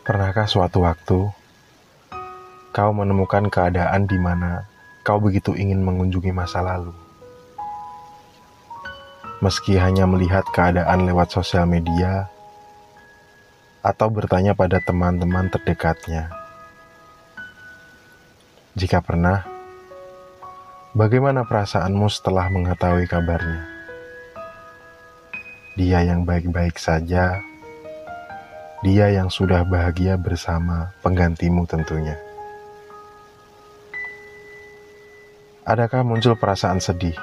Pernahkah suatu waktu kau menemukan keadaan di mana kau begitu ingin mengunjungi masa lalu? Meski hanya melihat keadaan lewat sosial media atau bertanya pada teman-teman terdekatnya. Jika pernah, bagaimana perasaanmu setelah mengetahui kabarnya? Dia yang baik-baik saja, dia yang sudah bahagia bersama penggantimu tentunya. Adakah muncul perasaan sedih?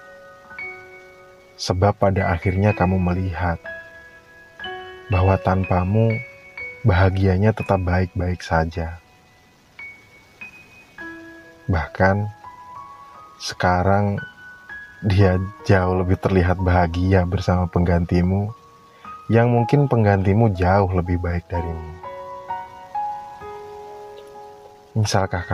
Sebab pada akhirnya kamu melihat bahwa tanpamu bahagianya tetap baik-baik saja. Bahkan sekarang dia jauh lebih terlihat bahagia bersama penggantimu yang mungkin penggantimu jauh lebih baik darimu. Misalkah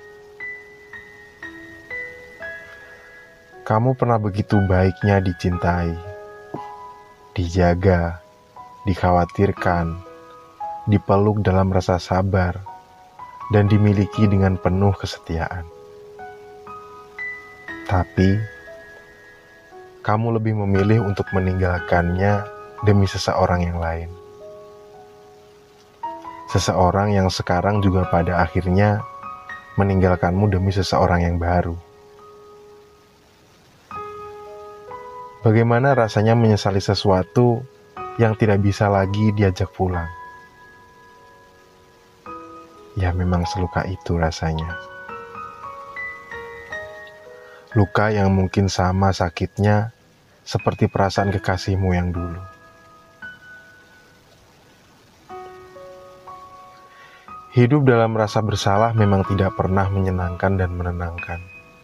kamu pernah begitu baiknya dicintai, dijaga, dikhawatirkan, dipeluk dalam rasa sabar, dan dimiliki dengan penuh kesetiaan. Tapi, kamu lebih memilih untuk meninggalkannya demi seseorang yang lain. Seseorang yang sekarang juga pada akhirnya meninggalkanmu demi seseorang yang baru. Bagaimana rasanya menyesali sesuatu yang tidak bisa lagi diajak pulang? Ya memang seluka itu rasanya. Luka yang mungkin sama sakitnya seperti perasaan kekasihmu yang dulu. Hidup dalam rasa bersalah memang tidak pernah menyenangkan dan menenangkan.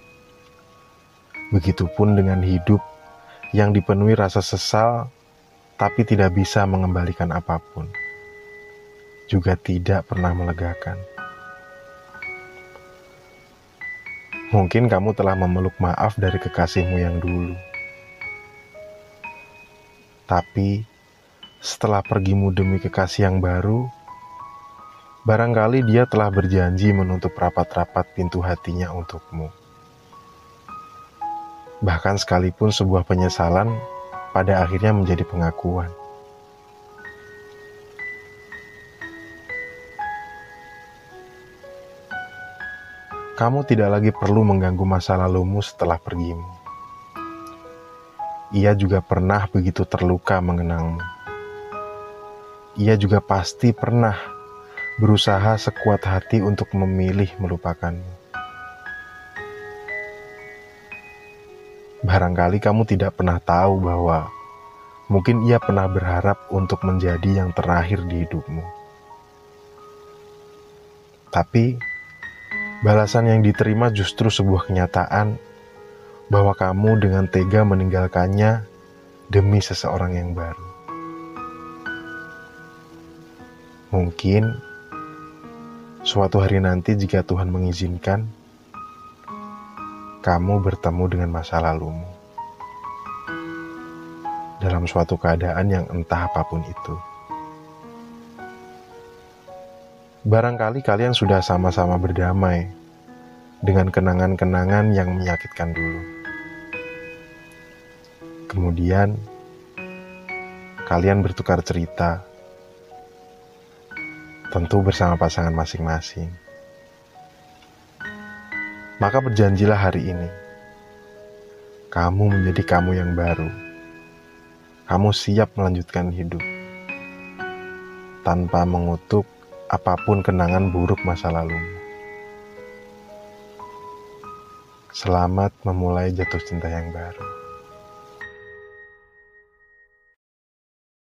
Begitupun dengan hidup yang dipenuhi rasa sesal tapi tidak bisa mengembalikan apapun. Juga tidak pernah melegakan. Mungkin kamu telah memeluk maaf dari kekasihmu yang dulu. Tapi setelah pergimu demi kekasih yang baru, barangkali dia telah berjanji menutup rapat-rapat pintu hatinya untukmu. Bahkan sekalipun sebuah penyesalan pada akhirnya menjadi pengakuan. Kamu tidak lagi perlu mengganggu masa lalumu setelah pergimu. Ia juga pernah begitu terluka mengenangmu. Ia juga pasti pernah berusaha sekuat hati untuk memilih melupakanmu. Barangkali kamu tidak pernah tahu bahwa mungkin ia pernah berharap untuk menjadi yang terakhir di hidupmu. Tapi balasan yang diterima justru sebuah kenyataan bahwa kamu dengan tega meninggalkannya demi seseorang yang baru. Mungkin suatu hari nanti jika Tuhan mengizinkan, kamu bertemu dengan masa lalumu dalam suatu keadaan yang entah apapun itu. Barangkali kalian sudah sama-sama berdamai dengan kenangan-kenangan yang menyakitkan dulu. Kemudian, kalian bertukar cerita, tentu bersama pasangan masing-masing. Maka berjanjilah hari ini, kamu menjadi kamu yang baru. Kamu siap melanjutkan hidup, tanpa mengutuk apapun kenangan buruk masa lalumu. Selamat memulai jatuh cinta yang baru.